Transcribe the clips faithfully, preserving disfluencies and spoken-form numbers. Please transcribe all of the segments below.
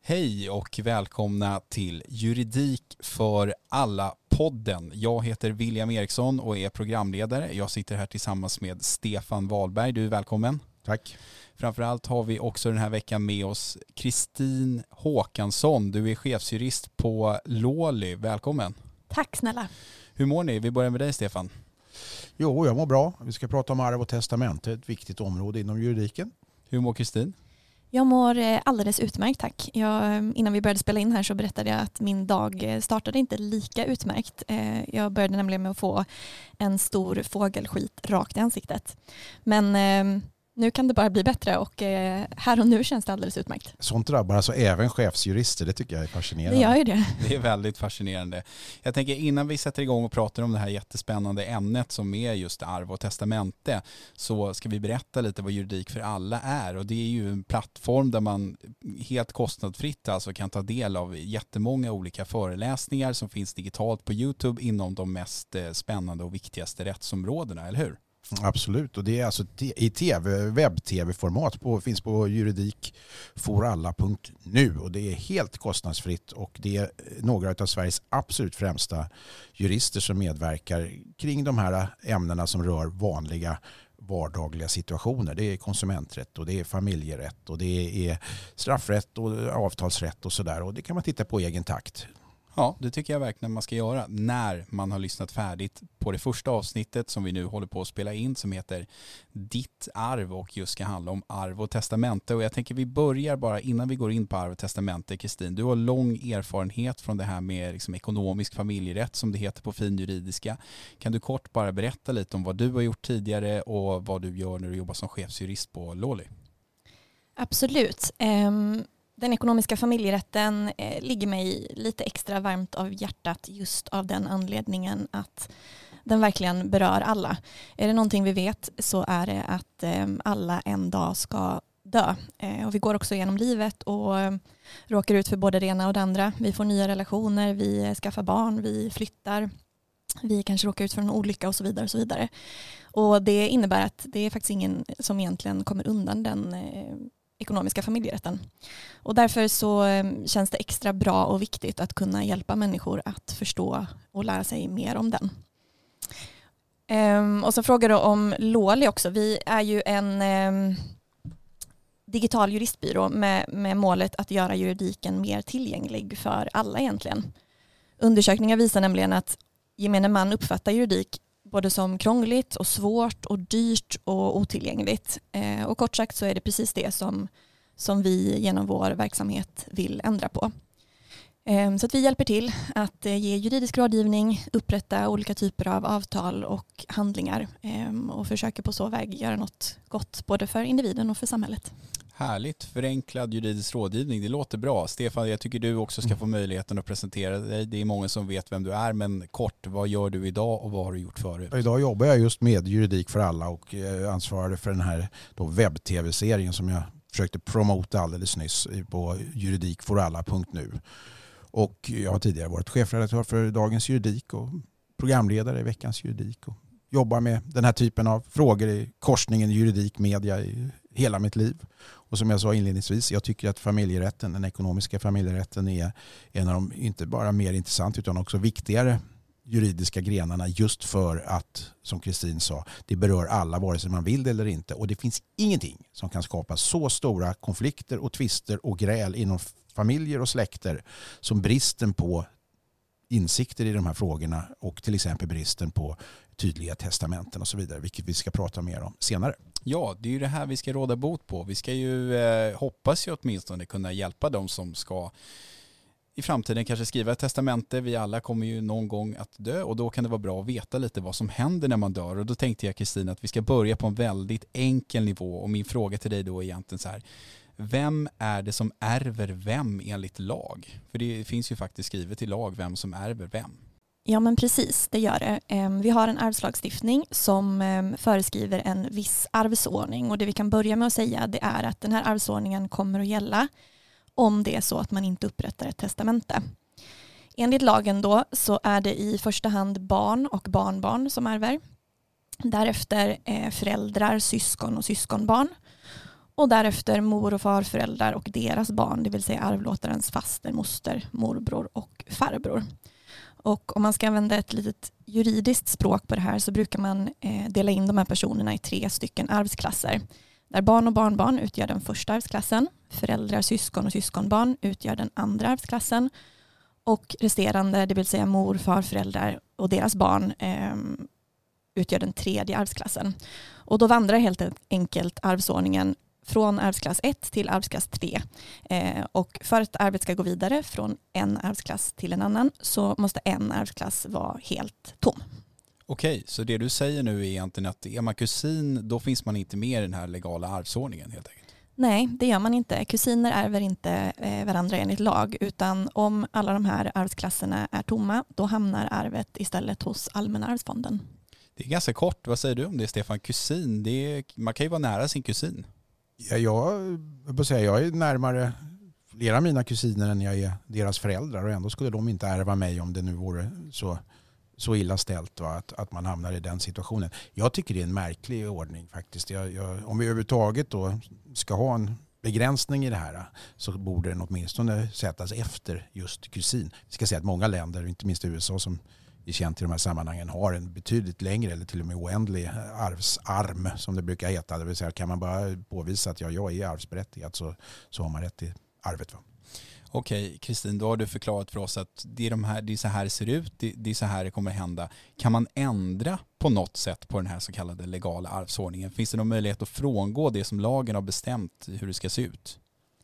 Hej och välkomna till Juridik för alla-podden. Jag heter William Eriksson och är programledare. Jag sitter här tillsammans med Stefan Wahlberg. Du är välkommen. Tack. Framförallt har vi också den här veckan med oss Kristin Håkansson. Du är chefsjurist på Låli. Välkommen. Tack snälla. Hur mår ni? Vi börjar med dig, Stefan. Jo, jag mår bra. Vi ska prata om arv och testamente, ett viktigt område inom juridiken. Hur mår Kristin? Jag mår alldeles utmärkt, tack. Jag, innan vi började spela in här så berättade jag att min dag startade inte lika utmärkt. Jag började nämligen med att få en stor fågelskit rakt i ansiktet. Men nu kan det bara bli bättre och här och nu känns det alldeles utmärkt. Sånt drabbar alltså även chefsjurister, det tycker jag är fascinerande. Det gör ju det. Det är väldigt fascinerande. Jag tänker innan vi sätter igång och pratar om det här jättespännande ämnet som är just arv och testamente, så ska vi berätta lite vad Juridik för alla är. Och det är ju en plattform där man helt kostnadsfritt alltså kan ta del av jättemånga olika föreläsningar som finns digitalt på YouTube inom de mest spännande och viktigaste rättsområdena, eller hur? Absolut, och det är alltså i tv, webb-tv-format på, finns på juridik för alla punkt nu och det är helt kostnadsfritt och det är några av Sveriges absolut främsta jurister som medverkar kring de här ämnena som rör vanliga vardagliga situationer. Det är konsumenträtt och det är familjerätt och det är straffrätt och avtalsrätt och sådär och det kan man titta på i egen takt. Ja, det tycker jag verkligen man ska göra när man har lyssnat färdigt på det första avsnittet som vi nu håller på att spela in som heter Ditt arv och just ska handla om arv och testamente. Och jag tänker vi börjar bara innan vi går in på arv och testamente. Kristin, du har lång erfarenhet från det här med liksom ekonomisk familjerätt som det heter på fin juridiska. Kan du kort bara berätta lite om vad du har gjort tidigare och vad du gör när du jobbar som chefsjurist på Låli? Absolut. Um... Den ekonomiska familjerätten eh, ligger mig lite extra varmt av hjärtat just av den anledningen att den verkligen berör alla. Är det någonting vi vet så är det att eh, alla en dag ska dö. Eh, och vi går också igenom livet och eh, råkar ut för både det ena och det andra. Vi får nya relationer, vi skaffar barn, vi flyttar. Vi kanske råkar ut för en olycka och så vidare. Och så vidare. Och det innebär att det är faktiskt ingen som egentligen kommer undan den eh, ekonomiska familjerätten. Och därför så känns det extra bra och viktigt att kunna hjälpa människor att förstå och lära sig mer om den. Um, och så frågar du om Låli också. Vi är ju en um, digital juristbyrå med, med målet att göra juridiken mer tillgänglig för alla egentligen. Undersökningar visar nämligen att gemene man uppfattar juridik både som krångligt och svårt och dyrt och otillgängligt. Eh, och kort sagt så är det precis det som, som vi genom vår verksamhet vill ändra på. Eh, så att vi hjälper till att eh, ge juridisk rådgivning, upprätta olika typer av avtal och handlingar eh, och försöker på så väg göra något gott både för individen och för samhället. Härligt, förenklad juridisk rådgivning, det låter bra. Stefan, jag tycker du också ska få möjligheten att presentera dig. Det är många som vet vem du är, men kort, vad gör du idag och vad har du gjort förut? Idag jobbar jag just med Juridik för alla och ansvarar för den här då webb-tv-serien som jag försökte promota alldeles nyss på juridik för alla punkt nu. Och jag har tidigare varit chefredaktör för Dagens Juridik och programledare i Veckans Juridik och jobbar med den här typen av frågor i korsningen juridik, media i hela mitt liv. Och som jag sa inledningsvis, jag tycker att familjerätten, den ekonomiska familjerätten är en av de inte bara mer intressant utan också viktigare juridiska grenarna just för att, som Kristin sa, det berör alla vare sig man vill det eller inte. Och det finns ingenting som kan skapa så stora konflikter och tvister och gräl inom familjer och släkter som bristen på insikter i de här frågorna och till exempel bristen på tydliga testamenten och så vidare, vilket vi ska prata mer om senare. Ja, det är ju det här vi ska råda bot på. Vi ska ju eh, hoppas ju åtminstone kunna hjälpa dem som ska i framtiden kanske skriva ett testamente. Vi alla kommer ju någon gång att dö och då kan det vara bra att veta lite vad som händer när man dör. Och då tänkte jag, Kristin, att vi ska börja på en väldigt enkel nivå och min fråga till dig då är egentligen så här: vem är det som ärver vem enligt lag? För det finns ju faktiskt skrivet i lag vem som ärver vem. Ja men precis, det gör det. Vi har en arvslagstiftning som föreskriver en viss arvsordning och det vi kan börja med att säga det är att den här arvsordningen kommer att gälla om det är så att man inte upprättar ett testamente. Enligt lagen då så är det i första hand barn och barnbarn som ärver. Därefter föräldrar, syskon och syskonbarn. Och därefter mor- och farföräldrar och deras barn, det vill säga arvlåtarens faster, moster, morbror och farbror. Och om man ska använda ett litet juridiskt språk på det här så brukar man eh, dela in de här personerna i tre stycken arvsklasser. Där barn och barnbarn utgör den första arvsklassen, föräldrar, syskon och syskonbarn utgör den andra arvsklassen och resterande, det vill säga mor, farföräldrar och deras barn eh, utgör den tredje arvsklassen. Och då vandrar helt enkelt arvsordningen från arvsklass ett till arvsklass tre. Eh, och för att arvet ska gå vidare från en arvsklass till en annan så måste en arvsklass vara helt tom. Okej, så det du säger nu är egentligen att är man kusin, då finns man inte med i den här legala arvsordningen helt enkelt? Nej, det gör man inte. Kusiner ärver inte eh, varandra enligt lag, utan om alla de här arvsklasserna är tomma, då hamnar arvet istället hos Allmänna arvsfonden. Det är ganska kort. Vad säger du om det, Stefan? Kusin, det är, man kan ju vara nära sin kusin. Ja, jag, jag, säga, jag är närmare flera av mina kusiner än jag är deras föräldrar och ändå skulle de inte ärva mig om det nu vore så, så illa ställt, va? Att, att man hamnar i den situationen. Jag tycker det är en märklig ordning faktiskt. Jag, jag, om vi överhuvudtaget då ska ha en begränsning i det här så borde den åtminstone sättas efter just kusin. Vi ska säga att många länder, inte minst U S A som är känt i de här sammanhangen, har en betydligt längre eller till och med oändlig arvsarm som det brukar heta. Det vill säga kan man bara påvisa att ja, jag är arvsberättigad så, så har man rätt till arvet. Va? Okej, Kristin, då har du förklarat för oss att det är, de här, det är så här det ser ut, det, det är så här det kommer hända. Kan man ändra på något sätt på den här så kallade legala arvsordningen? Finns det någon möjlighet att frångå det som lagen har bestämt hur det ska se ut?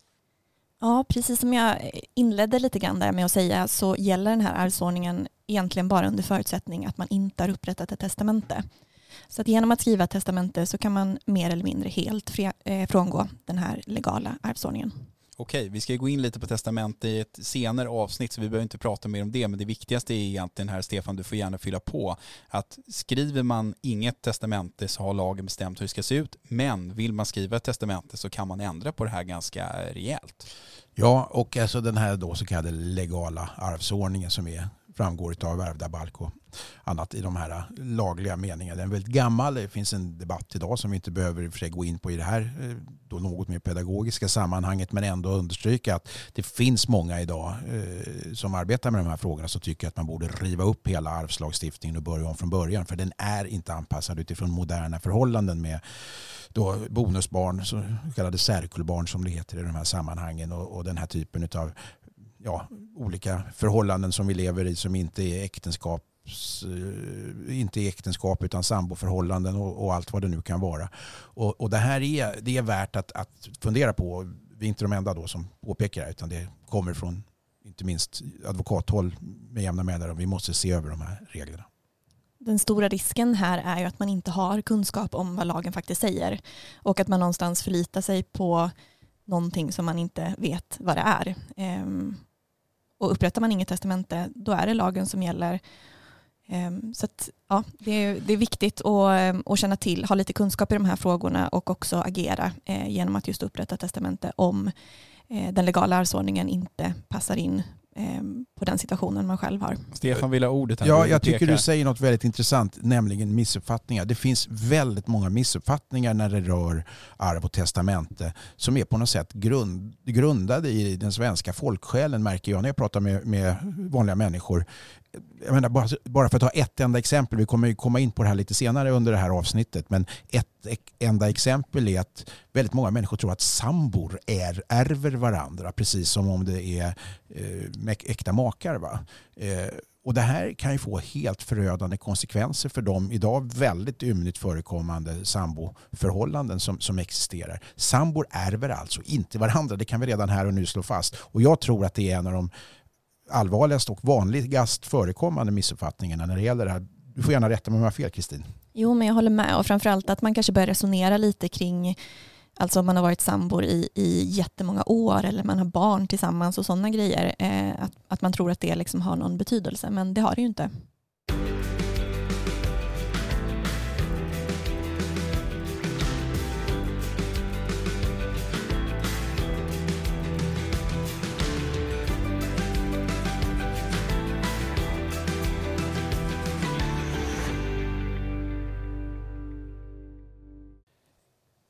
Ja, precis som jag inledde lite grann där med att säga så gäller den här arvsordningen egentligen bara under förutsättning att man inte har upprättat ett testamente. Så att genom att skriva ett testamente så kan man mer eller mindre helt fri, eh, frångå den här legala arvsordningen. Okej, vi ska gå in lite på testamente i ett senare avsnitt så vi behöver inte prata mer om det, men det viktigaste är egentligen här, Stefan, du får gärna fylla på, att skriver man inget testamente så har lagen bestämt hur det ska se ut, men vill man skriva ett testamente så kan man ändra på det här ganska rejält. Ja, och alltså den här då så kallade legala arvsordningen som är framgår av ärvdabalk och annat i de här lagliga meningarna. Den är väldigt gammal. Det finns en debatt idag som vi inte behöver i och för sig gå in på i det här då något mer pedagogiska sammanhanget, men ändå understryka att det finns många idag eh, som arbetar med de här frågorna som tycker att man borde riva upp hela arvslagstiftningen och börja om från början, för den är inte anpassad utifrån moderna förhållanden med då bonusbarn, så kallade särkullbarn som det heter i de här sammanhangen, och, och den här typen av ja, olika förhållanden som vi lever i som inte är äktenskap, inte är äktenskap utan samboförhållanden och, och allt vad det nu kan vara. Och, och det här är, det är värt att, att fundera på. Vi är inte de enda då som påpekar det, utan det kommer från inte minst advokathåll med jämna mellanrum. Vi måste se över de här reglerna. Den stora risken här är ju att man inte har kunskap om vad lagen faktiskt säger och att man någonstans förlitar sig på någonting som man inte vet vad det är. Ehm, och upprättar man inget testamente, då är det lagen som gäller. Ehm, så att, ja, det, är, det är viktigt att, att känna till, ha lite kunskap i de här frågorna och också agera eh, genom att just upprätta testamente om eh, den legala arvsordningen inte passar in eh, på den situationen man själv har. Stefan vill ha ordet här. Ja, jag tycker du säger något väldigt intressant, nämligen missuppfattningar. Det finns väldigt många missuppfattningar när det rör arv och testamente som är på något sätt grund, grundade i den svenska folksjälen, märker jag när jag pratar med, med vanliga människor. Jag menar, bara, bara för att ta ett enda exempel, vi kommer ju komma in på det här lite senare under det här avsnittet, men ett enda exempel är att väldigt många människor tror att sambor är, ärver varandra precis som om det är eh, äkta makar. Va? Eh, och det här kan ju få helt förödande konsekvenser för de idag väldigt ymnigt förekommande samboförhållanden som, som existerar. Sambor ärver alltså inte varandra, det kan vi redan här och nu slå fast. Och jag tror att det är en av de allvarligast och vanligast förekommande missuppfattningarna när det gäller det här. Du får gärna rätta mig om jag har fel, Kristin. Jo, men jag håller med, och framförallt att man kanske börjar resonera lite kring, alltså om man har varit sambor i, i jättemånga år eller man har barn tillsammans och sådana grejer, eh, att, att man tror att det liksom har någon betydelse, men det har det ju inte.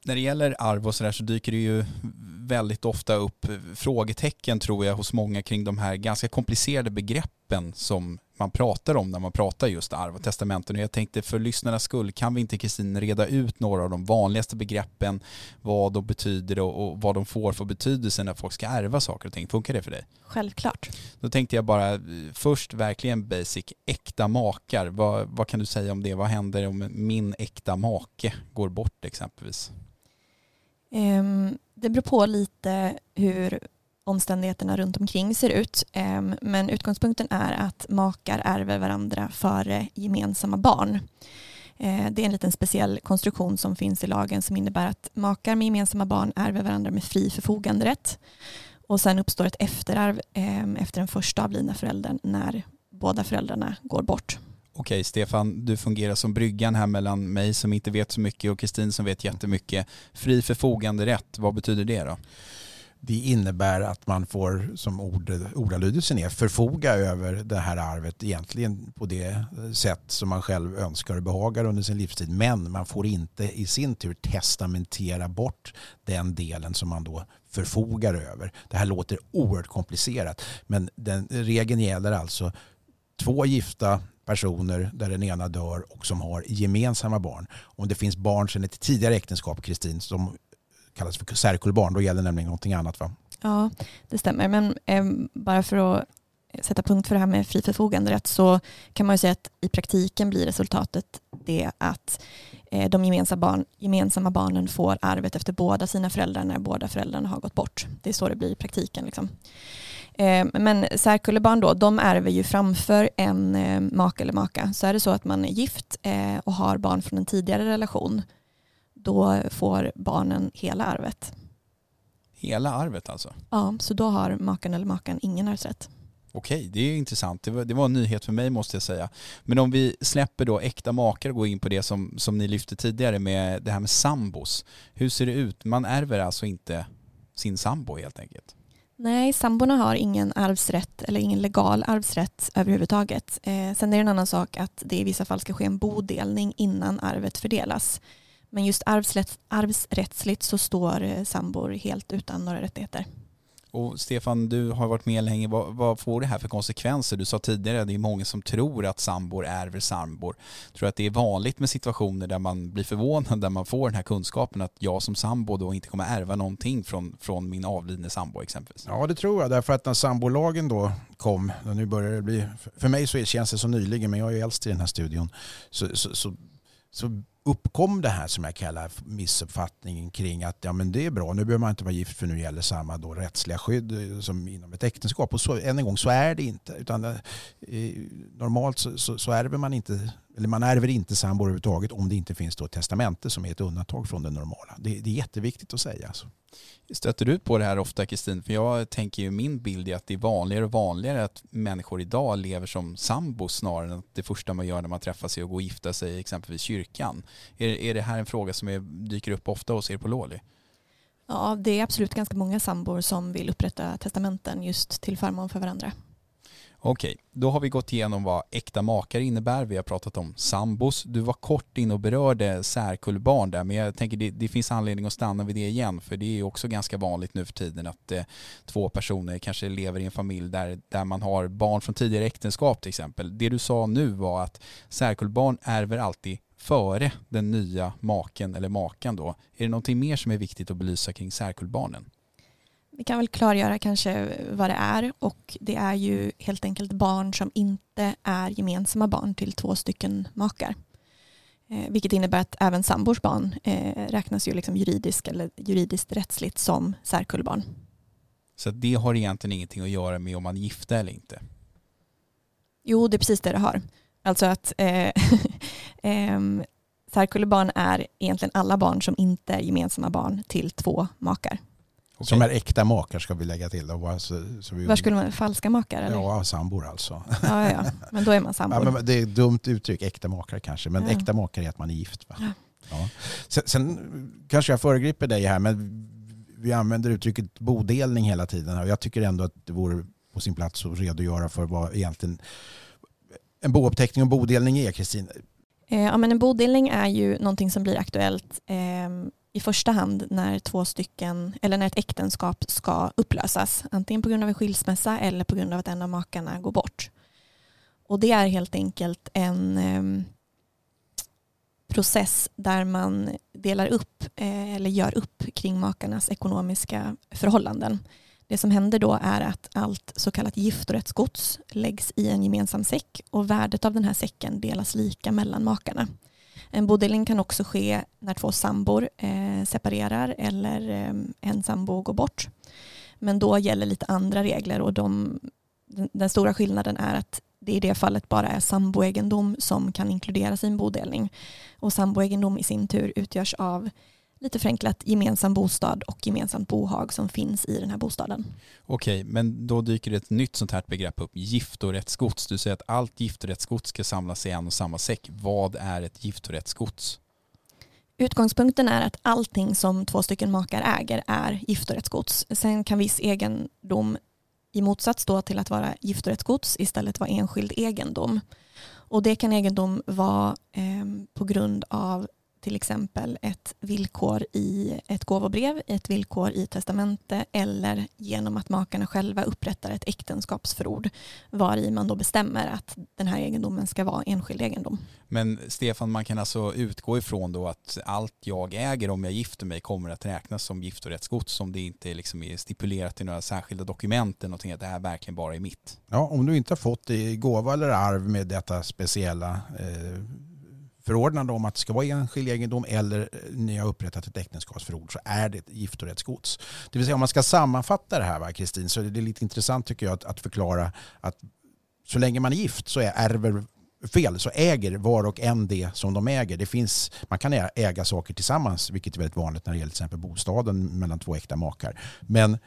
När det gäller arv och så där så dyker det ju väldigt ofta upp frågetecken tror jag hos många kring de här ganska komplicerade begreppen som man pratar om när man pratar just arv och testamenten. Och jag tänkte för lyssnarnas skull, kan vi inte Kristin reda ut några av de vanligaste begreppen, vad de betyder och, och vad de får för betydelse när folk ska ärva saker och ting. Funkar det för dig? Självklart. Då tänkte jag bara först verkligen basic, äkta makar. Vad, vad kan du säga om det? Vad händer om min äkta make går bort exempelvis? Um, det beror på lite hur omständigheterna runt omkring ser ut. Um, men utgångspunkten är att makar ärver varandra före gemensamma barn. Uh, det är en liten speciell konstruktion som finns i lagen som innebär att makar med gemensamma barn ärver varandra med fri förfoganderätt. Och sen uppstår ett efterarv um, efter den första avlidna föräldern när båda föräldrarna går bort. Okej Stefan, du fungerar som bryggan här mellan mig som inte vet så mycket och Kristin som vet jättemycket. Fri förfoganderätt, vad betyder det då? Det innebär att man får, som ord, ordalydelsen är, förfoga över det här arvet egentligen på det sätt som man själv önskar och behagar under sin livstid. Men man får inte i sin tur testamentera bort den delen som man då förfogar över. Det här låter oerhört komplicerat, men den regeln gäller alltså två gifta personer där den ena dör och som har gemensamma barn. Om det finns barn sedan ett tidigare äktenskap, Kristin, som kallas för särkullbarn, då gäller nämligen någonting annat, va? Ja, det stämmer. Men eh, bara för att sätta punkt för det här med fri förfoganderätt så kan man ju säga att i praktiken blir resultatet det att eh, de gemensamma, barn, gemensamma barnen får arvet efter båda sina föräldrar när båda föräldrarna har gått bort. Det är så det blir i praktiken liksom. Men särkullebarn då, de ärver ju framför en eh, make eller maka. Så är det så att man är gift eh, och har barn från en tidigare relation, då får barnen hela arvet. Hela arvet alltså? Ja, så då har maken eller makan ingen arvsrätt. Okej, det är intressant. Det var, det var en nyhet för mig måste jag säga. Men om vi släpper då äkta makar och går in på det som, som ni lyfte tidigare med det här med sambos. Hur ser det ut? Man ärver alltså inte sin sambo helt enkelt? Nej, samborna har ingen arvsrätt eller ingen legal arvsrätt överhuvudtaget. Eh, sen är det en annan sak att det i vissa fall ska ske en bodelning innan arvet fördelas. Men just arvsrätt, arvsrättsligt så står eh, sambor helt utan några rättigheter. Och Stefan, du har varit med länge. Vad, vad får det här för konsekvenser? Du sa tidigare att det är många som tror att sambor ärver sambor. Tror att det är vanligt med situationer där man blir förvånad, där man får den här kunskapen att jag som sambo då inte kommer ärva någonting från, från min avlidne sambo exempelvis? Ja, det tror jag. Därför att när sambolagen då kom, och nu börjar det bli, för mig så känns det så nyligen, men jag är ju äldst i den här studion, så, så, så, så uppkom det här som jag kallar missuppfattningen kring att ja, men det är bra, nu behöver man inte vara gift för nu gäller samma då rättsliga skydd som inom ett äktenskap. Och så, än en gång så är det inte. Utan eh, normalt så, så, så ärver man inte, eller man ärver inte sambor överhuvudtaget om det inte finns då ett testamente som är ett undantag från det normala. Det, det är jätteviktigt att säga. Alltså. Stöter du på det här ofta, Kristin? För jag tänker ju min bild är att det är vanligare och vanligare att människor idag lever som sambos snarare än att det första man gör när man träffas är att gå och gifta sig i exempelvis kyrkan. Är, är det här en fråga som är, dyker upp ofta hos er på Låli? Ja, det är absolut ganska många sambor som vill upprätta testamenten just till förmån för varandra. Okej, då har vi gått igenom vad äkta makar innebär. Vi har pratat om sambos. Du var kort in och berörde särkullbarn där, men jag tänker det, det finns anledning att stanna vid det igen, för det är också ganska vanligt nu för tiden att eh, två personer kanske lever i en familj där, där man har barn från tidigare äktenskap till exempel. Det du sa nu var att särkullbarn ärver alltid före den nya maken eller makan då. Är det någonting mer som är viktigt att belysa kring särkullbarnen? Vi kan väl klargöra kanske vad det är, och det är ju helt enkelt barn som inte är gemensamma barn till två stycken makar. Eh, vilket innebär att även sambors barn eh, räknas ju liksom juridisk eller juridiskt rättsligt som särkullbarn. Så det har egentligen ingenting att göra med om man är gifta eller inte? Jo, det är precis det det har. Alltså att eh, eh, särkullbarn är egentligen alla barn som inte är gemensamma barn till två makar. Okay. Som är äkta makar ska vi lägga till. Då. Så, så vi... Var skulle man, falska makar? Eller? Ja, sambor alltså. Ja, ja, men då är man sambor. Ja, men det är ett dumt uttryck, äkta makar kanske. Men ja. Äkta makar är att man är gift. Va? Ja. Ja. Sen, sen kanske jag föregriper dig här, men vi använder uttrycket bodelning hela tiden. Och jag tycker ändå att det vore på sin plats att redogöra för vad egentligen en bouppteckning och bodelning är, Kristin. Ja, men en bodelning är ju någonting som blir aktuellt eh, i första hand när två stycken eller när ett äktenskap ska upplösas, antingen på grund av en skilsmässa eller på grund av att en av makarna går bort. Och det är helt enkelt en eh, process där man delar upp eh, eller gör upp kring makarnas ekonomiska förhållanden. Det som händer då är att allt så kallat giftorättsgods läggs i en gemensam säck och värdet av den här säcken delas lika mellan makarna. En bodelning kan också ske när två sambor eh, separerar eller eh, en sambo går bort. Men då gäller lite andra regler och de, den, den stora skillnaden är att det i det fallet bara är samboegendom som kan inkluderas i en bodelning. Och samboegendom i sin tur utgörs av lite förenklat gemensam bostad och gemensamt bohag som finns i den här bostaden. Okej, men då dyker det ett nytt sånt här begrepp upp. Giftorättsgods. Du säger att allt giftorättsgods ska samlas i en och samma säck. Vad är ett giftorättsgods? Utgångspunkten är att allting som två stycken makar äger är giftorättsgods. Sen kan viss egendom i motsats då till att vara giftorättsgods istället vara enskild egendom. Och det kan egendom vara eh, på grund av till exempel ett villkor i ett gåvobrev, ett villkor i testamente eller genom att makarna själva upprättar ett äktenskapsförord var i man då bestämmer att den här egendomen ska vara enskild egendom. Men Stefan, man kan alltså utgå ifrån då att allt jag äger om jag gifter mig kommer att räknas som giftorättsgods om det inte liksom är stipulerat i några särskilda dokument eller någonting, att det här verkligen bara är mitt. Ja, om du inte har fått det i gåva eller arv med detta speciella eh, förordnande om att det ska vara enskild egendom eller ni har upprättat ett äktenskapsförord så är det ett giftorättsgods. Det vill säga om man ska sammanfatta det här, va, Kristin, så är det lite intressant tycker jag att, att förklara att så länge man är gift så är ärver fel så äger var och en det som de äger. Det finns, man kan äga saker tillsammans, vilket är väldigt vanligt när det gäller till exempel bostaden mellan två äkta makar. Men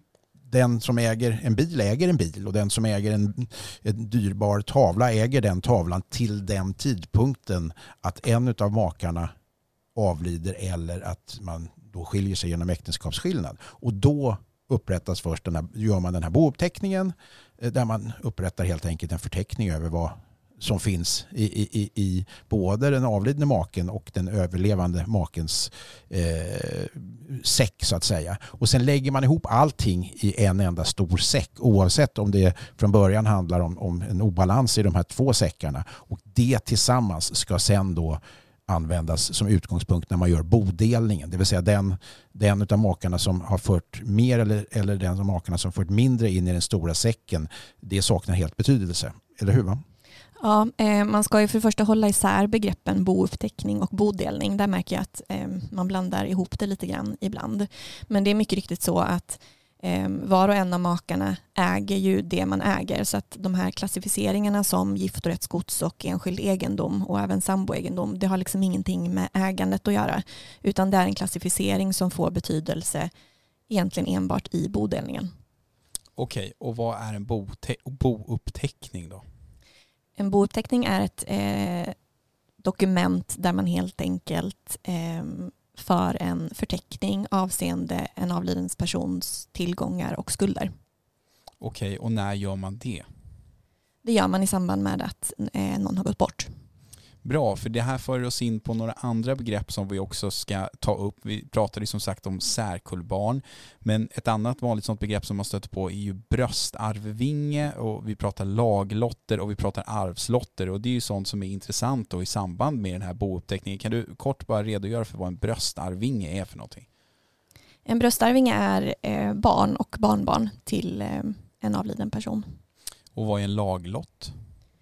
den som äger en bil äger en bil och den som äger en, en dyrbar tavla äger den tavlan till den tidpunkten att en av makarna avlider eller att man då skiljer sig genom äktenskapsskillnad. Och då upprättas först den här, gör man den här bouppteckningen där man upprättar helt enkelt en förteckning över vad som finns i, i, i både den avlidne maken och den överlevande makens eh, säck så att säga. Och sen lägger man ihop allting i en enda stor säck oavsett om det från början handlar om, om en obalans i de här två säckarna. Och det tillsammans ska sen då användas som utgångspunkt när man gör bodelningen. Det vill säga den, den av makarna som har fört mer eller, eller den av makarna som fört mindre in i den stora säcken, det saknar helt betydelse. Eller hur va? Ja, eh, man ska ju för det första hålla isär begreppen bouppteckning och bodelning. Där märker jag att eh, man blandar ihop det lite grann ibland. Men det är mycket riktigt så att eh, var och en av makarna äger ju det man äger. Så att de här klassificeringarna som giftorättsgods och enskild egendom och även samboegendom, det har liksom ingenting med ägandet att göra. Utan det är en klassificering som får betydelse egentligen enbart i bodelningen. Okej, och vad är en bouppteckning då? En bouppteckning är ett eh, dokument där man helt enkelt eh, för en förteckning avseende en avlidens persons tillgångar och skulder. Okej, och när gör man det? Det gör man i samband med att eh, någon har gått bort. Bra, för det här för oss in på några andra begrepp som vi också ska ta upp. Vi pratade som sagt om särkullbarn, men ett annat vanligt sånt begrepp som man stöter på är ju bröstarvvinge, och vi pratar laglotter och vi pratar arvslotter, och det är ju sånt som är intressant då i samband med den här bouppteckningen. Kan du kort bara redogöra för vad en bröstarvinge är för någonting? En bröstarvinge är eh, barn och barnbarn till eh, en avliden person. Och vad är en laglott?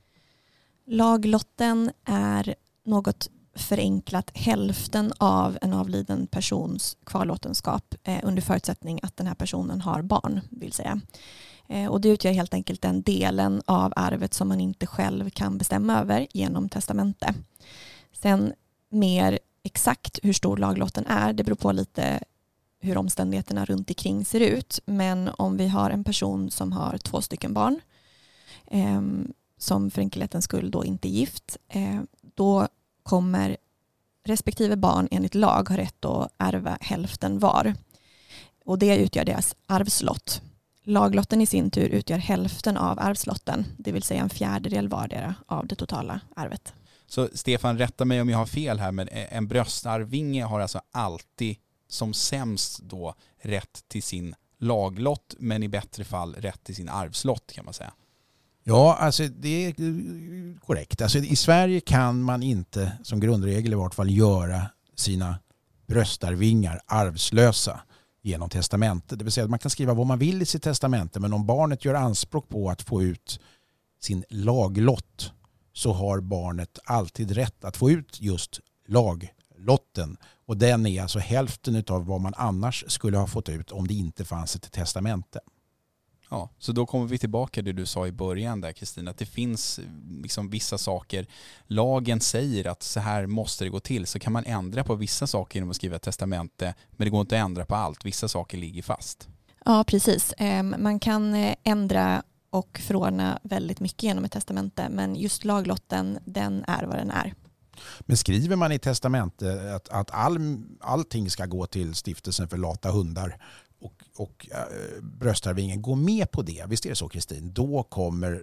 Laglotten är något förenklat hälften av en avliden persons kvarlåtenskap eh, under förutsättning att den här personen har barn, vill säga. Eh, och det utgör helt enkelt den delen av arvet som man inte själv kan bestämma över genom testamente. Sen mer exakt hur stor laglotten är, det beror på lite hur omständigheterna runt omkring ser ut. Men om vi har en person som har två stycken barn eh, som för enkelhetens skull då inte är gift, eh, då kommer respektive barn enligt lag ha rätt att ärva hälften var. Och det utgör deras arvslott. Laglotten i sin tur utgör hälften av arvslotten, det vill säga en fjärdedel vardera av det totala arvet. Så Stefan, rätta mig om jag har fel här, men en bröstarvinge har alltså alltid som sämst då rätt till sin laglott, men i bättre fall rätt till sin arvslott, kan man säga. Ja, alltså det är korrekt. Alltså i Sverige kan man inte som grundregel i vart fall göra sina bröstarvingar arvslösa genom testamente. Det vill säga att man kan skriva vad man vill i sitt testamente, men om barnet gör anspråk på att få ut sin laglott så har barnet alltid rätt att få ut just laglotten. Och den är alltså hälften av vad man annars skulle ha fått ut om det inte fanns ett testamente. Ja, så då kommer vi tillbaka till det du sa i början där, Kristina, att det finns liksom vissa saker, lagen säger att så här måste det gå till, så kan man ändra på vissa saker genom att skriva ett testamente, men det går inte att ändra på allt, vissa saker ligger fast. Ja, precis. Man kan ändra och förordna väldigt mycket genom ett testamente, men just laglotten, den är vad den är. Men skriver man i testamente att, att all, allting ska gå till stiftelsen för lata hundar och, och äh, bröstarvingen går med på det, visst är det så, Kristin? Då kommer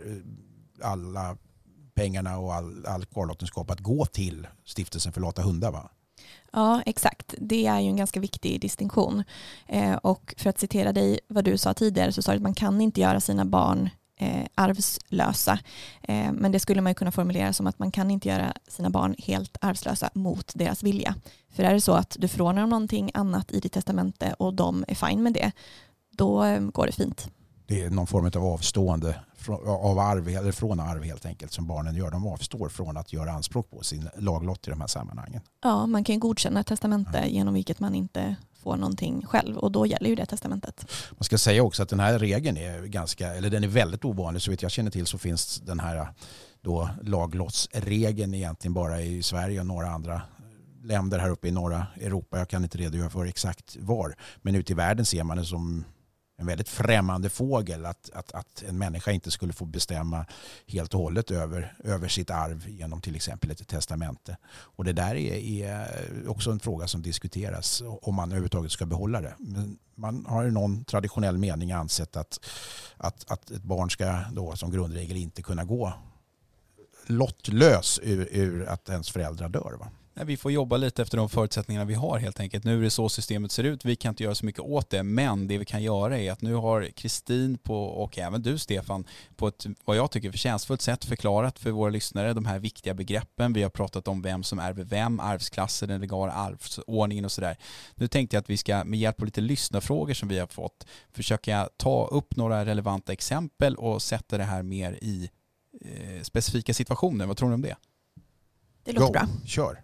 alla pengarna och all, all kvarlåtenskap att gå till stiftelsen för lata hundar, va? Ja, exakt. Det är ju en ganska viktig distinktion. Eh, och för att citera dig vad du sa tidigare, så sa du att man kan inte göra sina barn eh, arvslösa. Eh, men det skulle man ju kunna formulera som att man kan inte göra sina barn helt arvslösa mot deras vilja. För är det så att du förordnar om någonting annat i ditt testamente och de är fine med det, då eh, går det fint. Det är någon form av avstående av arv, eller från arv helt enkelt, som barnen gör. De avstår från att göra anspråk på sin laglott i de här sammanhangen. Ja, man kan ju godkänna ett testamente ja. genom vilket man inte får någonting själv, och då gäller ju det testamentet. Man ska säga också att den här regeln är ganska, eller den är väldigt ovanlig. Så vitt jag känner till så finns den här då laglottsregeln egentligen bara i Sverige och några andra länder här uppe i norra Europa. Jag kan inte redogöra för exakt var, men ute i världen ser man det som en väldigt främmande fågel att, att, att en människa inte skulle få bestämma helt och hållet över, över sitt arv genom till exempel ett testamente. Och det där är, är också en fråga som diskuteras om man överhuvudtaget ska behålla det. Men man har i någon traditionell mening ansett att, att, att ett barn ska då som grundregel inte kunna gå lottlös ur, ur att ens föräldrar dör, va? Vi får jobba lite efter de förutsättningarna vi har helt enkelt. Nu är det så systemet ser ut. Vi kan inte göra så mycket åt det, men det vi kan göra är att nu har Kristin på, och även du Stefan, på ett vad jag tycker förtjänstfullt sätt förklarat för våra lyssnare de här viktiga begreppen. Vi har pratat om vem som ärver vem, arvsklasser, den legala arvsordningen och sådär. Nu tänkte jag att vi ska med hjälp av lite lyssnarfrågor som vi har fått försöka ta upp några relevanta exempel och sätta det här mer i eh, specifika situationer. Vad tror ni om det? Det låter Go. bra. Kör.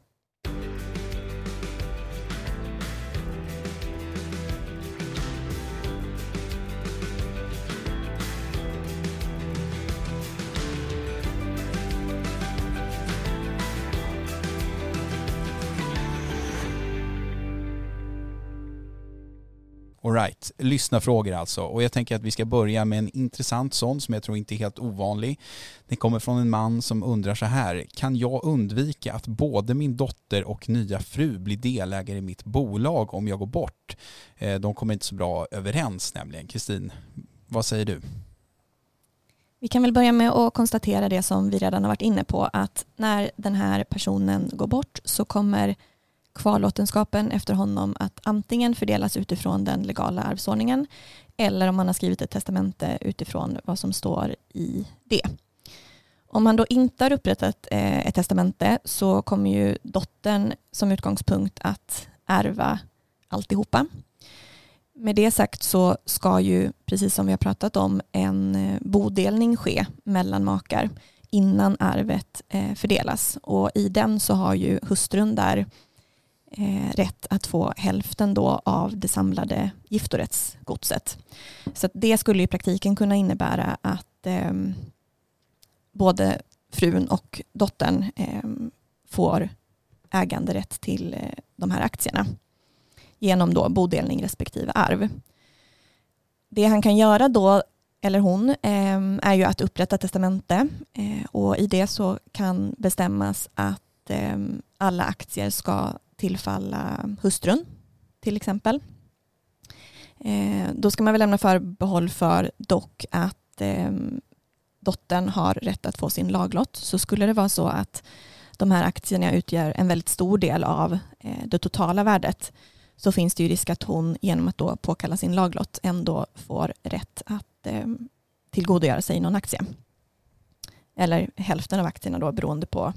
All right, lyssnarfrågor alltså. Och jag tänker att vi ska börja med en intressant sån som jag tror inte är helt ovanlig. Det kommer från en man som undrar så här: kan jag undvika att både min dotter och nya fru blir delägare i mitt bolag om jag går bort? De kommer inte så bra överens nämligen. Kristin, vad säger du? Vi kan väl börja med att konstatera det som vi redan har varit inne på, att när den här personen går bort så kommer kvarlåtenskapen efter honom att antingen fördelas utifrån den legala arvsordningen eller om man har skrivit ett testamente utifrån vad som står i det. Om man då inte har upprättat ett testamente så kommer ju dottern som utgångspunkt att ärva alltihopa. Med det sagt så ska ju, precis som vi har pratat om, en bodelning ske mellan makar innan arvet fördelas. Och i den så har ju hustrun där Eh, rätt att få hälften då av det samlade giftorättsgodset. Så att det skulle i praktiken kunna innebära att eh, både frun och dottern eh, får äganderätt till eh, de här aktierna genom då bodelning respektive arv. Det han kan göra då, eller hon, eh, är ju att upprätta testamente eh, och i det så kan bestämmas att eh, alla aktier ska tillfalla hustrun till exempel. Eh, då ska man väl lämna förbehåll för dock att eh, dottern har rätt att få sin laglott. Så skulle det vara så att de här aktierna utgör en väldigt stor del av det totala värdet, så finns det ju risk att hon genom att då påkalla sin laglott ändå får rätt att eh, tillgodogöra sig någon aktie. Eller hälften av aktierna då, beroende på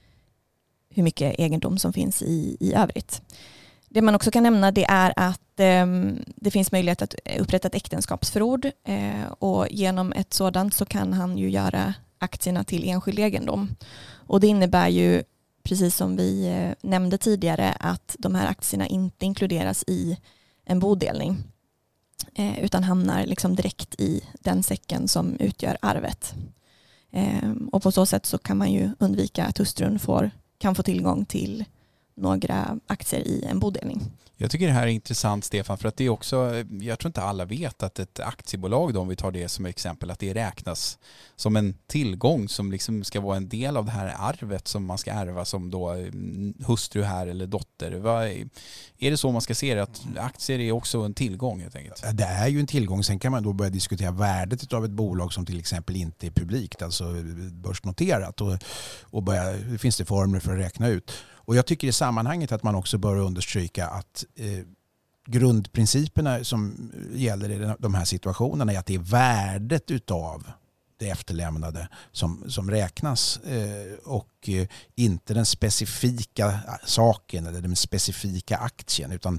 hur mycket egendom som finns i, i övrigt. Det man också kan nämna, det är att eh, det finns möjlighet att upprätta ett äktenskapsförord eh, och genom ett sådant så kan han ju göra aktierna till enskild egendom. Och det innebär ju, precis som vi eh, nämnde tidigare, att de här aktierna inte inkluderas i en bodelning eh, utan hamnar liksom direkt i den säcken som utgör arvet. Eh, och på så sätt så kan man ju undvika att hustrun får, kan få tillgång till några aktier i en bodelning. Jag tycker det här är intressant, Stefan, för att det är också, jag tror inte alla vet att ett aktiebolag, då, om vi tar det som exempel, att det räknas som en tillgång som liksom ska vara en del av det här arvet som man ska ärva som då hustru här eller dotter. Vad, är det så man ska se det, att aktier är också en tillgång helt enkelt? Det är ju en tillgång. Sen kan man då börja diskutera värdet av ett bolag som till exempel inte är publikt, alltså börsnoterat, och, och börja, det finns det formler för att räkna ut. Och jag tycker i sammanhanget att man också bör understryka att eh, grundprinciperna som gäller i de här situationerna är att det är värdet utav det efterlämnade som, som räknas eh, och eh, inte den specifika saken eller den specifika aktien, utan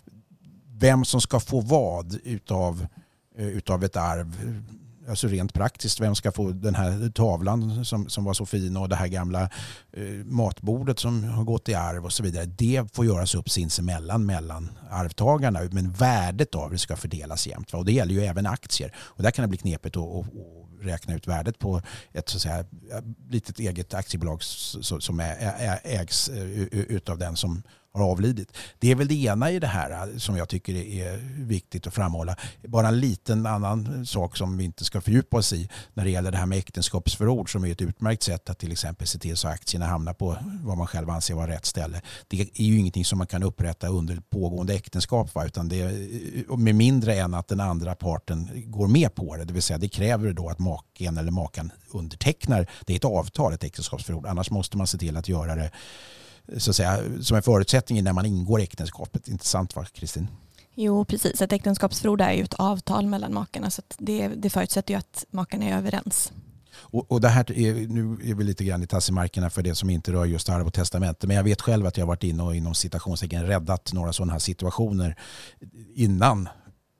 vem som ska få vad utav, eh, utav ett arv. Alltså rent praktiskt, vem ska få den här tavlan som, som var så fin och det här gamla eh, matbordet som har gått i arv och så vidare. Det får göras upp sinsemellan mellan arvtagarna, men värdet av det ska fördelas jämnt. Va? Och det gäller ju även aktier. Och där kan det bli knepigt att och, och räkna ut värdet på ett så att säga, litet eget aktiebolag som ägs utav den som har avlidit. Det är väl det ena i det här som jag tycker är viktigt att framhålla. Bara en liten annan sak som vi inte ska fördjupa oss i när det gäller det här med äktenskapsförord, som är ett utmärkt sätt att till exempel se till så att aktierna hamnar på vad man själv anser vara rätt ställe. Det är ju ingenting som man kan upprätta under pågående äktenskap, va? Utan det är med mindre än att den andra parten går med på det. Det vill säga det kräver då att maken eller makan undertecknar. Det är ett avtal, ett äktenskapsförord. Annars måste man se till att göra det så att säga, som en förutsättning när man ingår äktenskapet. Intressant, va, Kristin? Jo, precis. Ett äktenskapsförord är ju ett avtal mellan makarna, så att det, det förutsätter ju att makarna är överens. Och, och det här är, nu är vi lite grann i tassimarkerna för det som inte rör just arv och testamente, men jag vet själv att jag har varit inne och inom citationstecken räddat några sådana här situationer innan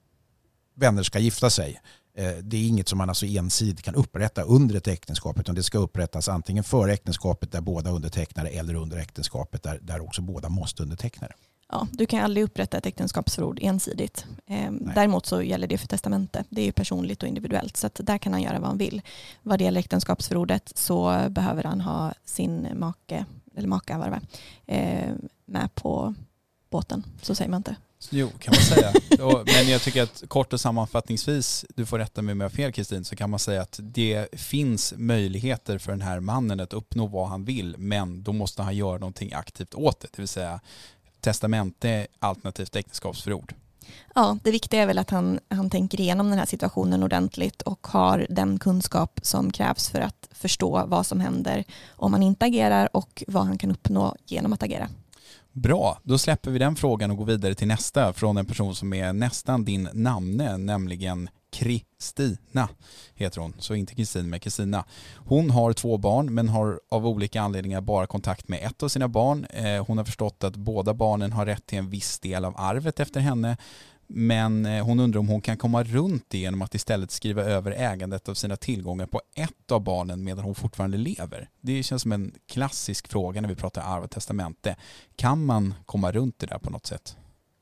vänner ska gifta sig. Det är inget som man alltså ensidigt kan upprätta under ett äktenskap, utan det ska upprättas antingen före äktenskapet där båda undertecknar det, eller under äktenskapet där, där också båda måste underteckna det. Ja, du kan aldrig upprätta ett äktenskapsförord ensidigt. Ehm, däremot så gäller det för testamente. Det är ju personligt och individuellt, så att där kan han göra vad han vill. Vad det gäller äktenskapsförordet så behöver han ha sin make, eller maka var det, eh, med på båten. Så säger man inte. Jo, kan man säga. Men jag tycker att kort och sammanfattningsvis, du får rätta mig om jag har fel, Kristin, så kan man säga att det finns möjligheter för den här mannen att uppnå vad han vill, men då måste han göra någonting aktivt åt det, det vill säga testamente alternativt äktenskapsförord. Ja, det viktiga är väl att han, han tänker igenom den här situationen ordentligt och har den kunskap som krävs för att förstå vad som händer om man inte agerar och vad han kan uppnå genom att agera. Bra, då släpper vi den frågan och går vidare till nästa från en person som är nästan din namne, nämligen Kristina heter hon, så inte Kristin men Kristina. Hon har två barn men har av olika anledningar bara kontakt med ett av sina barn. Hon har förstått att båda barnen har rätt till en viss del av arvet efter henne, men hon undrar om hon kan komma runt det genom att istället skriva över ägandet av sina tillgångar på ett av barnen medan hon fortfarande lever. Det känns som en klassisk fråga när vi pratar arv och testamente. Kan man komma runt det där på något sätt?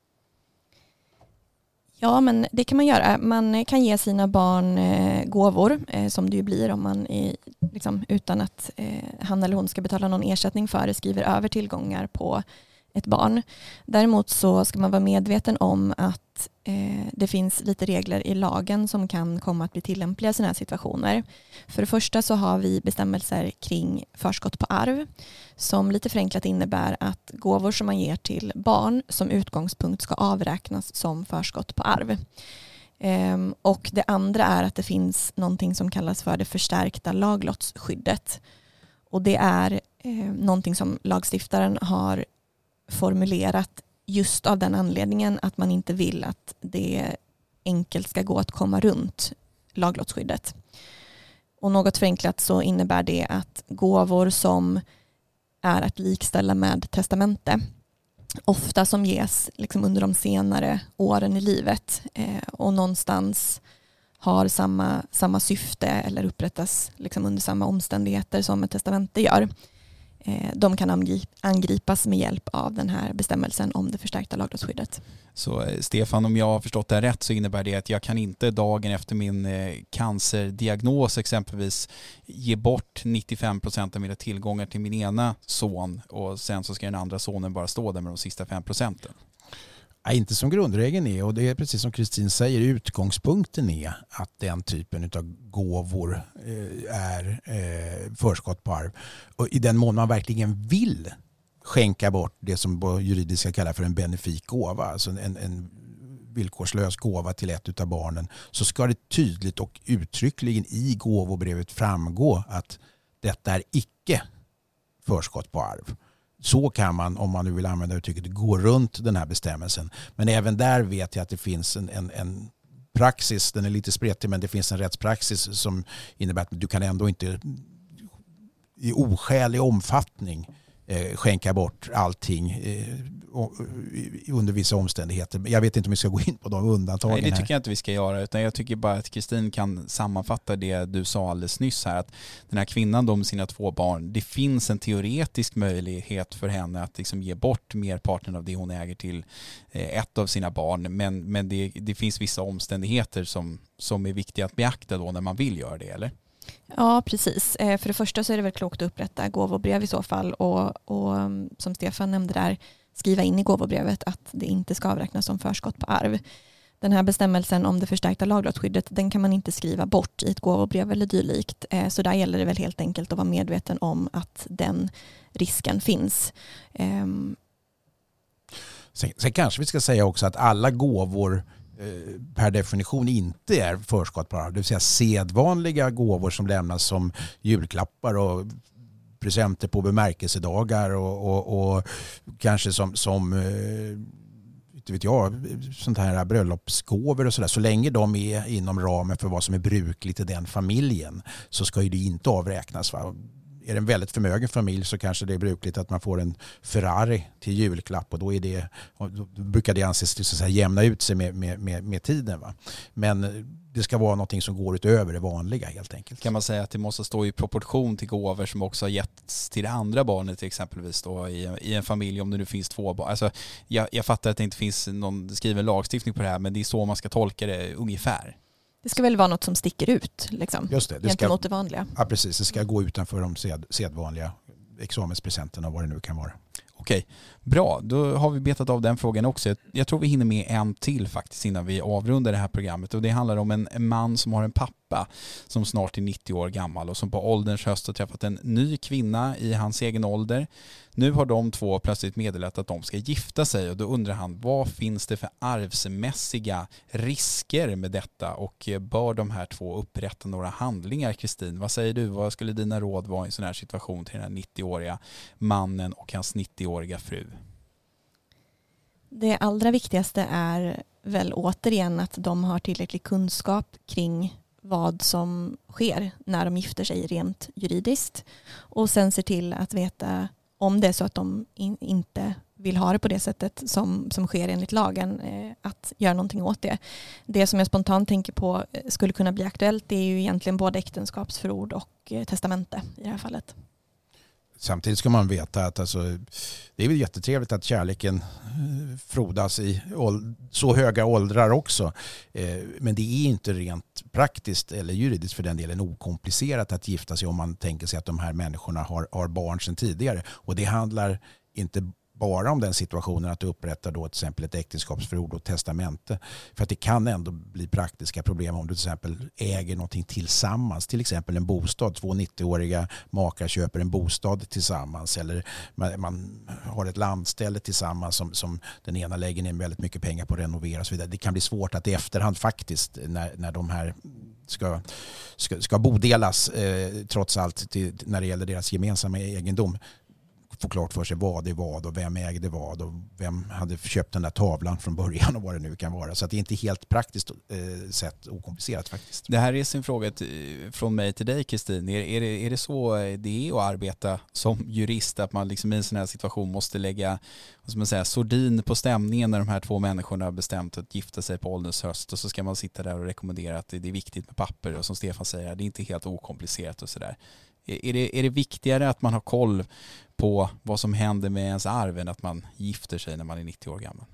Ja, men det kan man göra. Man kan ge sina barn eh, gåvor, eh, som det ju blir om man är, liksom, utan att eh, han eller hon ska betala någon ersättning för det, skriver över tillgångar på ett barn. Däremot så ska man vara medveten om att eh, det finns lite regler i lagen som kan komma att bli tillämpliga i sådana här situationer. För det första så har vi bestämmelser kring förskott på arv som lite förenklat innebär att gåvor som man ger till barn som utgångspunkt ska avräknas som förskott på arv. Ehm, och det andra är att det finns någonting som kallas för det förstärkta laglottsskyddet. Och det är eh, någonting som lagstiftaren har formulerat just av den anledningen att man inte vill att det enkelt ska gå att komma runt laglottsskyddet. Och något förenklat så innebär det att gåvor som är att likställa med testamente, ofta som ges liksom under de senare åren i livet eh, och någonstans har samma, samma syfte eller upprättas liksom under samma omständigheter som ett testamente gör. Eh, de kan angripas med hjälp av den här bestämmelsen om det förstärkta laglottsskyddet. Så Stefan, om jag har förstått det rätt så innebär det att jag kan inte dagen efter min eh, cancerdiagnos exempelvis ge bort nittiofem procent av mina tillgångar till min ena son och sen så ska den andra sonen bara stå där med de sista fem procenten. Nej, inte som grundregeln är, och det är precis som Kristin säger, utgångspunkten är att den typen av gåvor eh, är eh, förskott på arv. Och i den mån man verkligen vill skänka bort det som på juridiska kallar för en benefik gåva, alltså en, en villkorslös gåva till ett av barnen, så ska det tydligt och uttryckligen i gåvobrevet framgå att detta är icke förskott på arv. Så kan man, om man nu vill använda uttrycket, gå runt den här bestämmelsen. Men även där vet jag att det finns en, en, en praxis, den är lite spretig, men det finns en rättspraxis som innebär att du kan ändå inte i oskälig omfattning eh, skänka bort allting eh, under vissa omständigheter. Jag vet inte om vi ska gå in på de undantagen. Nej, det tycker här. jag inte vi ska göra, utan jag tycker bara att Kristin kan sammanfatta det du sa alldeles nyss här, att den här kvinnan, de sina två barn, det finns en teoretisk möjlighet för henne att liksom ge bort merparten av det hon äger till ett av sina barn, men, men det, det finns vissa omständigheter som, som är viktiga att beakta då när man vill göra det, eller? Ja, precis. För det första så är det väl klokt att upprätta gåvobrev i så fall och, och som Stefan nämnde där, skriva in i gåvobrevet att det inte ska avräknas som förskott på arv. Den här bestämmelsen om det förstärkta laglottsskyddet, den kan man inte skriva bort i ett gåvobrev eller dylikt. Så där gäller det väl helt enkelt att vara medveten om att den risken finns. Sen, sen kanske vi ska säga också att alla gåvor per definition inte är förskott på arv. Det vill säga sedvanliga gåvor som lämnas som julklappar och presenter på bemärkelsedagar och, och, och kanske som, som inte vet jag, sånt här bröllopsgåvor och sådär. Så länge de är inom ramen för vad som är brukligt i den familjen så ska ju det inte avräknas. Va? Är det en väldigt förmögen familj så kanske det är brukligt att man får en Ferrari till julklapp och då, är det, då brukar det anses så att säga, jämna ut sig med, med, med, med tiden. Va? Men det ska vara någonting som går utöver det vanliga helt enkelt. Kan man säga att det måste stå i proportion till gåvor som också har getts till det andra barnet exempelvis då, i, i en familj om det nu finns två barn. Alltså, jag, jag fattar att det inte finns någon skriven lagstiftning på det här, men det är så man ska tolka det ungefär. Det ska väl vara något som sticker ut liksom, Just det, det gentemot ska, det vanliga. Ja, precis. Det ska gå utanför de sed, sedvanliga examenspresenterna och vad det nu kan vara. Okej, bra. Då har vi betat av den frågan också. Jag tror vi hinner med en till faktiskt innan vi avrundar det här programmet. Och det handlar om en, en man som har en pappa som snart är nittio år gammal och som på ålderns höst har träffat en ny kvinna i hans egen ålder. Nu har de två plötsligt meddelat att de ska gifta sig och då undrar han, vad finns det för arvsmässiga risker med detta och bör de här två upprätta några handlingar? Kristin, vad säger du? Vad skulle dina råd vara i en sån här situation till den här nittio-åriga mannen och hans nittio-åriga fru? Det allra viktigaste är väl återigen att de har tillräcklig kunskap kring vad som sker när de gifter sig rent juridiskt och sen ser till att veta om det är så att de in, inte vill ha det på det sättet som, som sker enligt lagen, eh, att göra någonting åt det. Det som jag spontant tänker på eh, skulle kunna bli aktuellt, det är ju egentligen både äktenskapsförord och eh, testamente i det här fallet. Samtidigt ska man veta att alltså, det är väl jättetrevligt att kärleken frodas i så höga åldrar också. Men det är inte rent praktiskt eller juridiskt för den delen okomplicerat att gifta sig om man tänker sig att de här människorna har, har barn sedan tidigare. Och det handlar inte bara om den situationen att du upprättar då till exempel ett äktenskapsförord och testamente. För att det kan ändå bli praktiska problem om du till exempel äger någonting tillsammans. Till exempel en bostad. Två nittio-åriga makar köper en bostad tillsammans. Eller man, man har ett landställe tillsammans som, som den ena lägger ner väldigt mycket pengar på att renovera och så vidare. Det kan bli svårt att i efterhand faktiskt när, när de här ska, ska, ska bodelas eh, trots allt till, när det gäller deras gemensamma egendom. Få klart för sig vad det var och vem ägde vad och vem hade köpt den där tavlan från början och vad det nu kan vara. Så att det är inte helt praktiskt eh, sett okomplicerat faktiskt. Det här är sin fråga till, från mig till dig, Kristin. Är, är, det, är det så det är att arbeta som jurist, att man liksom i en sån här situation måste lägga, vad ska man säga, sordin på stämningen när de här två människorna har bestämt att gifta sig på ålderns höst, och så ska man sitta där och rekommendera att det är viktigt med papper, och som Stefan säger, det är inte helt okomplicerat och sådär. Är det, är det viktigare att man har koll på vad som händer med ens arv än att man gifter sig när man är nittio år gammal?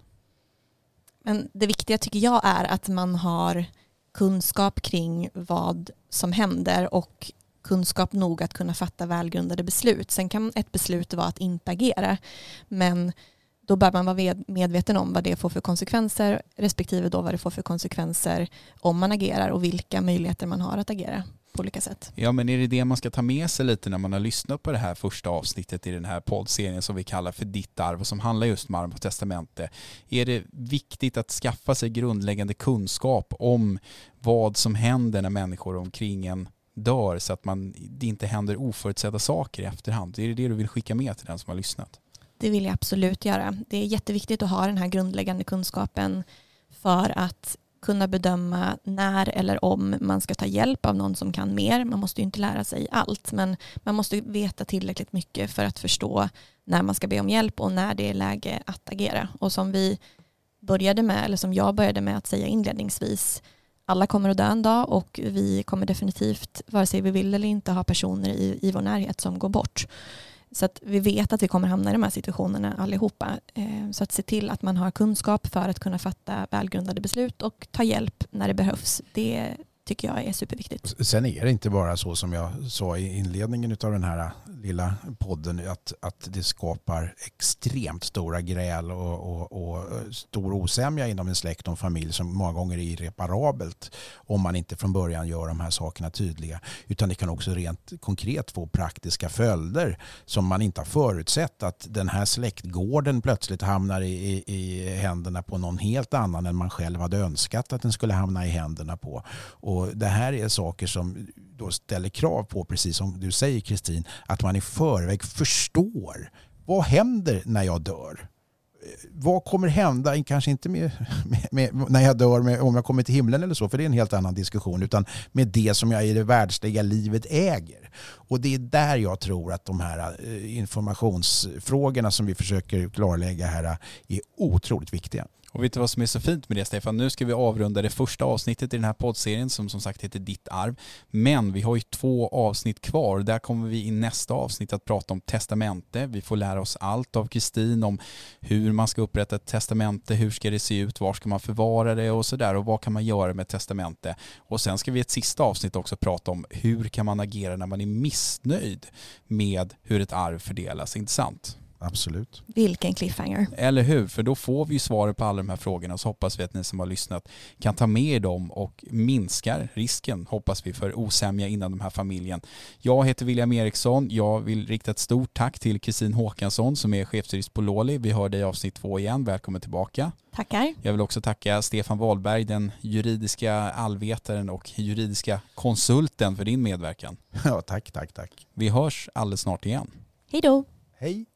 Men det viktiga tycker jag är att man har kunskap kring vad som händer och kunskap nog att kunna fatta välgrundade beslut. Sen kan ett beslut vara att inte agera, men då bör man vara medveten om vad det får för konsekvenser, respektive då vad det får för konsekvenser om man agerar och vilka möjligheter man har att agera på olika sätt. Ja, men är det det man ska ta med sig lite när man har lyssnat på det här första avsnittet i den här poddserien som vi kallar för Ditt arv och som handlar just om arv och testamente? Är det viktigt att skaffa sig grundläggande kunskap om vad som händer när människor omkring en dör, så att man, det inte händer oförutsedda saker i efterhand? Är det det du vill skicka med till den som har lyssnat? Det vill jag absolut göra. Det är jätteviktigt att ha den här grundläggande kunskapen för att kunna bedöma när eller om man ska ta hjälp av någon som kan mer. Man måste ju inte lära sig allt, men man måste veta tillräckligt mycket för att förstå när man ska be om hjälp och när det är läge att agera. Och som vi började med, eller som jag började med att säga inledningsvis, alla kommer att dö en dag och vi kommer definitivt, vare sig vi vill eller inte, ha personer i, i vår närhet som går bort. Så att vi vet att vi kommer hamna i de här situationerna allihopa. Så att se till att man har kunskap för att kunna fatta välgrundade beslut och ta hjälp när det behövs. Det tycker jag är superviktigt. Sen är det inte bara så som jag sa i inledningen av den här lilla podden, att, att det skapar extremt stora gräl och, och, och stor osämja inom en släkt och en familj som många gånger är irreparabelt om man inte från början gör de här sakerna tydliga. Utan det kan också rent konkret få praktiska följder som man inte har förutsett, att den här släktgården plötsligt hamnar i, i, i händerna på någon helt annan än man själv hade önskat att den skulle hamna i händerna på. Och det här är saker som då ställer krav på, precis som du säger Kristin, att man i förväg förstår vad händer när jag dör. Vad kommer hända, kanske inte med, med, med, när jag dör, med, om jag kommer till himlen eller så, för det är en helt annan diskussion, utan med det som jag i det världsliga livet äger. Och det är där jag tror att de här informationsfrågorna som vi försöker klarlägga här är otroligt viktiga. Och vet du vad som är så fint med det, Stefan? Nu ska vi avrunda det första avsnittet i den här poddserien som som sagt heter Ditt arv. Men vi har ju två avsnitt kvar. Där kommer vi i nästa avsnitt att prata om testamente. Vi får lära oss allt av Kristin om hur man ska upprätta ett testamente, hur ska det se ut, var ska man förvara det och sådär, och vad kan man göra med ett testamente. Och sen ska vi i ett sista avsnitt också prata om hur kan man agera när man är missnöjd med hur ett arv fördelas. Intressant. Absolut. Vilken cliffhanger. Eller hur? För då får vi ju svar på alla de här frågorna, så hoppas vi att ni som har lyssnat kan ta med er dem och minskar risken, hoppas vi, för osämja inom den här familjen. Jag heter William Eriksson. Jag vill rikta ett stort tack till Kristin Håkansson som är chefsjurist på Lawley. Vi hör dig i avsnitt två igen. Välkommen tillbaka. Tackar. Jag vill också tacka Stefan Wahlberg, den juridiska allvetaren och juridiska konsulten, för din medverkan. Ja, tack, tack, tack. Vi hörs alldeles snart igen. Hej då. Hej.